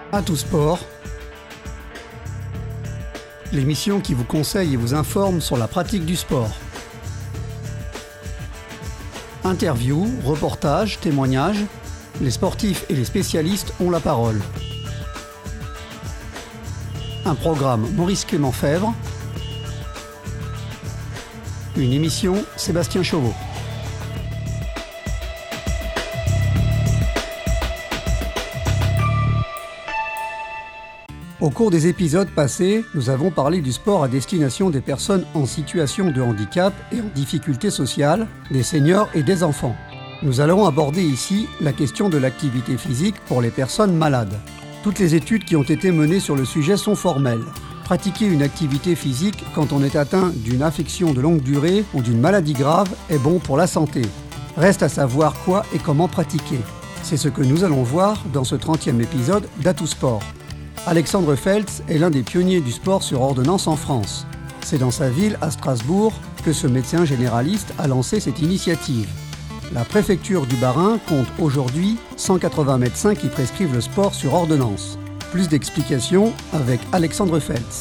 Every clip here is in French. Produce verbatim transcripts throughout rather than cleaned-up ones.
À tout sport, l'émission qui vous conseille et vous informe sur la pratique du sport. Interviews, reportages, témoignages, les sportifs et les spécialistes ont la parole. Un programme Maurice Clément Fèvre. Une émission Sébastien Chauveau. Au cours des épisodes passés, nous avons parlé du sport à destination des personnes en situation de handicap et en difficulté sociale, des seniors et des enfants. Nous allons aborder ici la question de l'activité physique pour les personnes malades. Toutes les études qui ont été menées sur le sujet sont formelles. Pratiquer une activité physique quand on est atteint d'une affection de longue durée ou d'une maladie grave est bon pour la santé. Reste à savoir quoi et comment pratiquer. C'est ce que nous allons voir dans ce trentième épisode d'À tout sport. Alexandre Feltz est l'un des pionniers du sport sur ordonnance en France. C'est dans sa ville, à Strasbourg, que ce médecin généraliste a lancé cette initiative. La préfecture du Bas-Rhin compte aujourd'hui cent quatre-vingts médecins qui prescrivent le sport sur ordonnance. Plus d'explications avec Alexandre Feltz.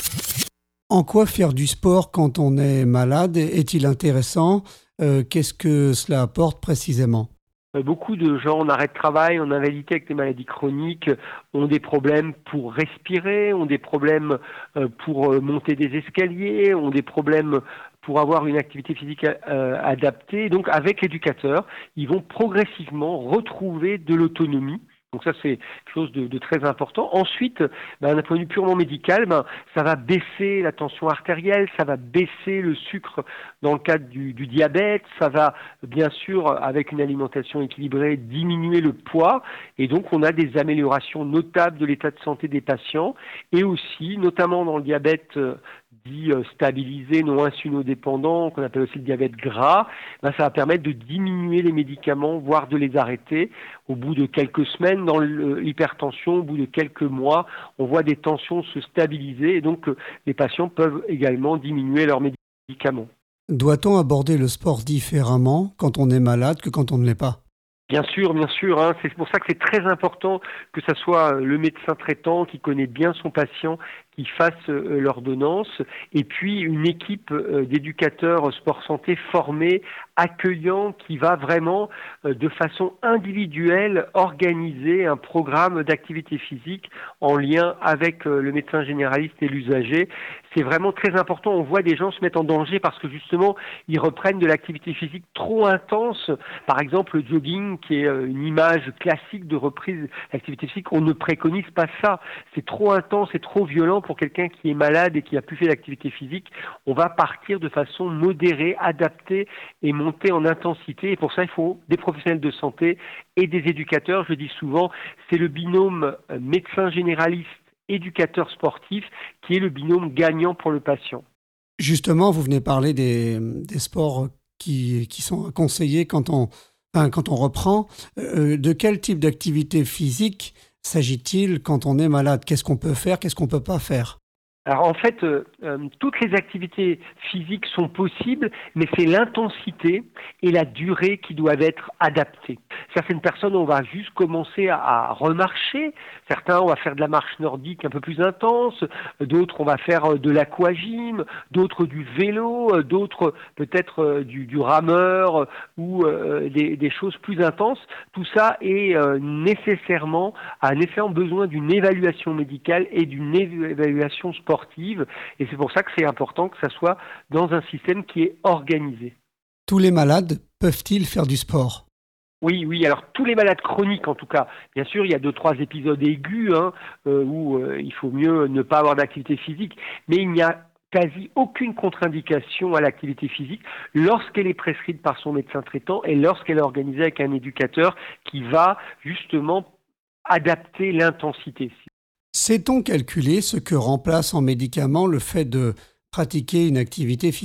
En quoi faire du sport quand on est malade est-il intéressant ? euh, Qu'est-ce que cela apporte précisément ? Beaucoup de gens en arrêt de travail, en invalidité avec des maladies chroniques, ont des problèmes pour respirer, ont des problèmes pour monter des escaliers, ont des problèmes pour avoir une activité physique euh, adaptée. Donc avec l'éducateur, ils vont progressivement retrouver de l'autonomie. Donc ça, c'est quelque chose de, de très important. Ensuite, ben, d'un point de vue purement médical, ben, ça va baisser la tension artérielle, ça va baisser le sucre dans le cadre du, du diabète, ça va bien sûr, avec une alimentation équilibrée, diminuer le poids. Et donc, on a des améliorations notables de l'état de santé des patients. Et aussi, notamment dans le diabète euh, dit euh, stabilisé, non insulino-dépendant, qu'on appelle aussi le diabète gras, ben, ça va permettre de diminuer les médicaments, voire de les arrêter. Au bout de quelques semaines, dans l'hypertension, au bout de quelques mois, on voit des tensions se stabiliser et donc euh, les patients peuvent également diminuer leurs médicaments. Doit-on aborder le sport différemment quand on est malade que quand on ne l'est pas ? Bien sûr, bien sûr. Hein. C'est pour ça que c'est très important que ce soit le médecin traitant qui connaît bien son patient, qui fasse euh, l'ordonnance, et puis une équipe euh, d'éducateurs sport-santé formés, accueillants, qui va vraiment, euh, de façon individuelle, organiser un programme d'activité physique en lien avec euh, le médecin généraliste et l'usager. C'est vraiment très important. On voit des gens se mettre en danger parce que justement, ils reprennent de l'activité physique trop intense. Par exemple, le jogging, qui est euh, une image classique de reprise d'activité physique, on ne préconise pas ça. C'est trop intense, c'est trop violent pour quelqu'un qui est malade et qui a plus fait d'activité physique. On va partir de façon modérée, adaptée et monter en intensité. Et pour ça, il faut des professionnels de santé et des éducateurs. Je dis souvent, c'est le binôme médecin généraliste, éducateur sportif qui est le binôme gagnant pour le patient. Justement, vous venez parler des, des sports qui, qui sont conseillés quand on, enfin, quand on reprend. Euh, de quel type d'activité physique s'agit-il quand on est malade ? Qu'est-ce qu'on peut faire ? Qu'est-ce qu'on ne peut pas faire ? Alors en fait, euh, euh, toutes les activités physiques sont possibles, mais c'est l'intensité et la durée qui doivent être adaptées. Certaines personnes, on va juste commencer à, à remarcher. Certains, on va faire de la marche nordique un peu plus intense. D'autres, on va faire de l'aquagym. D'autres, du vélo. D'autres, peut-être euh, du, du rameur euh, ou euh, des, des choses plus intenses. Tout ça est euh, nécessairement, a nécessairement besoin d'une évaluation médicale et d'une évaluation sportive. Sportive, et c'est pour ça que c'est important que ça soit dans un système qui est organisé. Tous les malades peuvent-ils faire du sport ? Oui, oui. Alors tous les malades chroniques, en tout cas, bien sûr, il y a deux, trois épisodes aigus hein, euh, où euh, il faut mieux ne pas avoir d'activité physique, mais il n'y a quasi aucune contre-indication à l'activité physique lorsqu'elle est prescrite par son médecin traitant et lorsqu'elle est organisée avec un éducateur qui va justement adapter l'intensité. Sait-on calculer ce que remplace en médicaments le fait de pratiquer une activité physique ?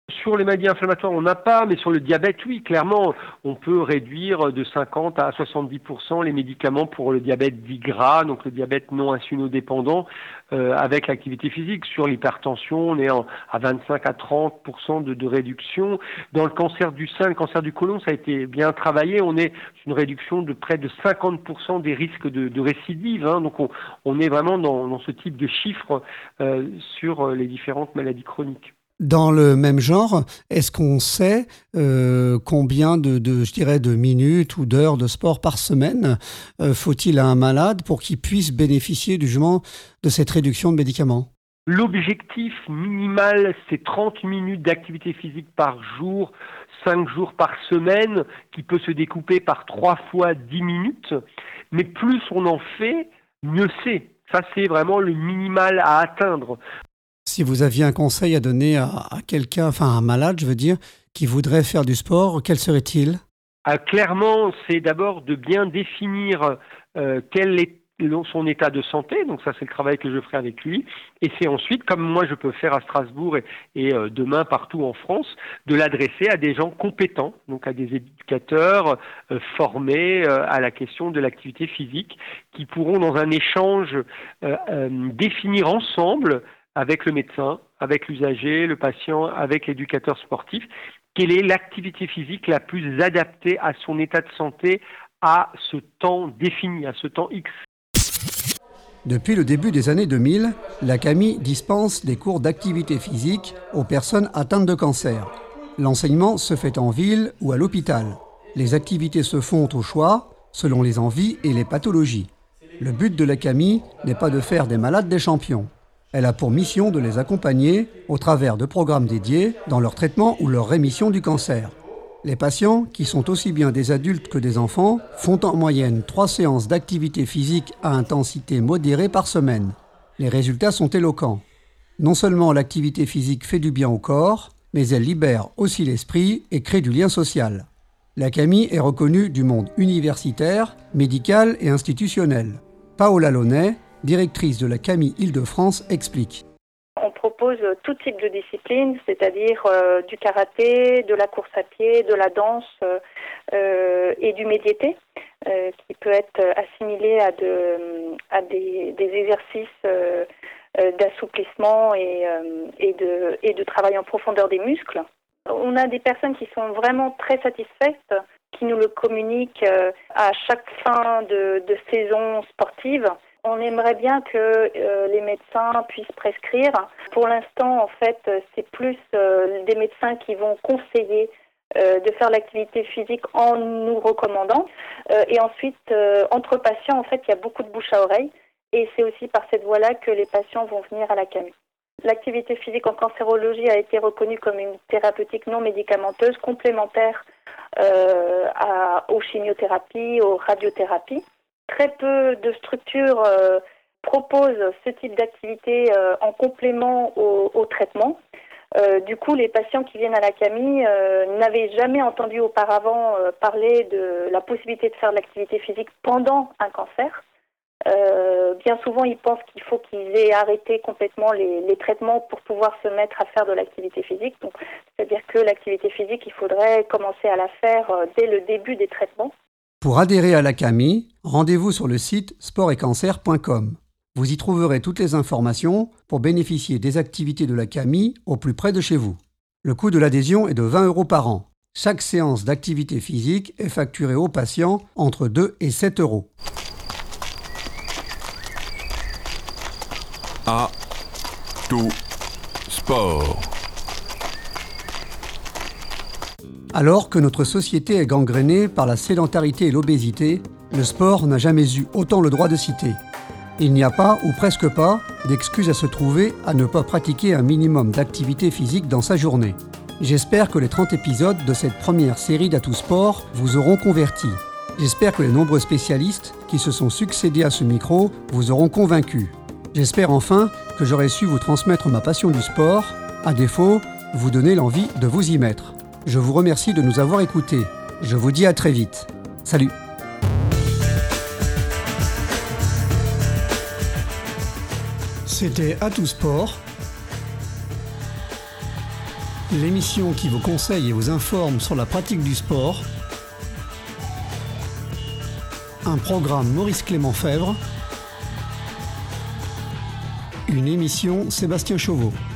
Sur les maladies inflammatoires, on n'a pas, mais sur le diabète, oui, clairement, on peut réduire de cinquante à soixante-dix pour cent les médicaments pour le diabète dit gras, donc le diabète non insulinodépendant, euh, avec l'activité physique. Sur l'hypertension, on est en, à vingt-cinq à trente pour cent de, de réduction. Dans le cancer du sein, le cancer du côlon, ça a été bien travaillé. On est sur une réduction de près de cinquante pour cent des risques de, de récidive. Hein. Donc on, on est vraiment dans, dans ce type de chiffres euh, sur les différentes maladies chroniques. Dans le même genre, est-ce qu'on sait euh, combien de, de, je dirais, de minutes ou d'heures de sport par semaine euh, faut-il à un malade pour qu'il puisse bénéficier du justement de cette réduction de médicaments ? L'objectif minimal, c'est trente minutes d'activité physique par jour, cinq jours par semaine, qui peut se découper par trois fois dix minutes. Mais plus on en fait, mieux c'est. Ça, c'est vraiment le minimal à atteindre. Si vous aviez un conseil à donner à, à quelqu'un, enfin à un malade, je veux dire, qui voudrait faire du sport, quel serait-il ? Ah, clairement, c'est d'abord de bien définir euh, quel est son état de santé, donc ça c'est le travail que je ferai avec lui, et c'est ensuite, comme moi je peux faire à Strasbourg et, et euh, demain partout en France, de l'adresser à des gens compétents, donc à des éducateurs euh, formés euh, à la question de l'activité physique, qui pourront dans un échange euh, euh, définir ensemble avec le médecin, avec l'usager, le patient, avec l'éducateur sportif, quelle est l'activité physique la plus adaptée à son état de santé, à ce temps défini, à ce temps X. Depuis le début des années deux mille, la C A M I dispense des cours d'activité physique aux personnes atteintes de cancer. L'enseignement se fait en ville ou à l'hôpital. Les activités se font au choix, selon les envies et les pathologies. Le but de la C A M I n'est pas de faire des malades des champions. Elle a pour mission de les accompagner au travers de programmes dédiés dans leur traitement ou leur rémission du cancer. Les patients, qui sont aussi bien des adultes que des enfants, font en moyenne trois séances d'activité physique à intensité modérée par semaine. Les résultats sont éloquents. Non seulement l'activité physique fait du bien au corps, mais elle libère aussi l'esprit et crée du lien social. La C A M I est reconnue du monde universitaire, médical et institutionnel. Paola Launay, directrice de la C A M I Île-de-France, explique. On propose tout type de discipline, c'est-à-dire euh, du karaté, de la course à pied, de la danse euh, et du médiété, euh, qui peut être assimilé à, de, à des, des exercices euh, d'assouplissement et, euh, et, de, et de travail en profondeur des muscles. On a des personnes qui sont vraiment très satisfaites, qui nous le communiquent euh, à chaque fin de, de saison sportive. On aimerait bien que euh, les médecins puissent prescrire. Pour l'instant, en fait, c'est plus euh, des médecins qui vont conseiller euh, de faire l'activité physique en nous recommandant. Euh, et ensuite, euh, entre patients, en fait, il y a beaucoup de bouche à oreille. Et c'est aussi par cette voie-là que les patients vont venir à la C A M I. L'activité physique en cancérologie a été reconnue comme une thérapeutique non médicamenteuse complémentaire euh, à, aux chimiothérapies, aux radiothérapies. Très peu de structures euh, proposent ce type d'activité euh, en complément au, au traitement. Euh, du coup, les patients qui viennent à la C A M I euh, n'avaient jamais entendu auparavant euh, parler de la possibilité de faire de l'activité physique pendant un cancer. Euh, bien souvent, ils pensent qu'il faut qu'ils aient arrêté complètement les, les traitements pour pouvoir se mettre à faire de l'activité physique. Donc, c'est-à-dire que l'activité physique, il faudrait commencer à la faire euh, dès le début des traitements. Pour adhérer à la C A M I, rendez-vous sur le site sport et cancer point com. Vous y trouverez toutes les informations pour bénéficier des activités de la C A M I au plus près de chez vous. Le coût de l'adhésion est de vingt euros par an. Chaque séance d'activité physique est facturée aux patients entre deux et sept euros. À tout sport. Alors que notre société est gangrénée par la sédentarité et l'obésité, le sport n'a jamais eu autant le droit de citer. Il n'y a pas, ou presque pas, d'excuses à se trouver à ne pas pratiquer un minimum d'activité physique dans sa journée. J'espère que les trente épisodes de cette première série d'Atout Sport vous auront converti. J'espère que les nombreux spécialistes qui se sont succédés à ce micro vous auront convaincus. J'espère enfin que j'aurai su vous transmettre ma passion du sport, à défaut, vous donner l'envie de vous y mettre. Je vous remercie de nous avoir écoutés. Je vous dis à très vite. Salut. C'était Atout Sport, l'émission qui vous conseille et vous informe sur la pratique du sport. Un programme Maurice Clément Fèvre. Une émission Sébastien Chauveau.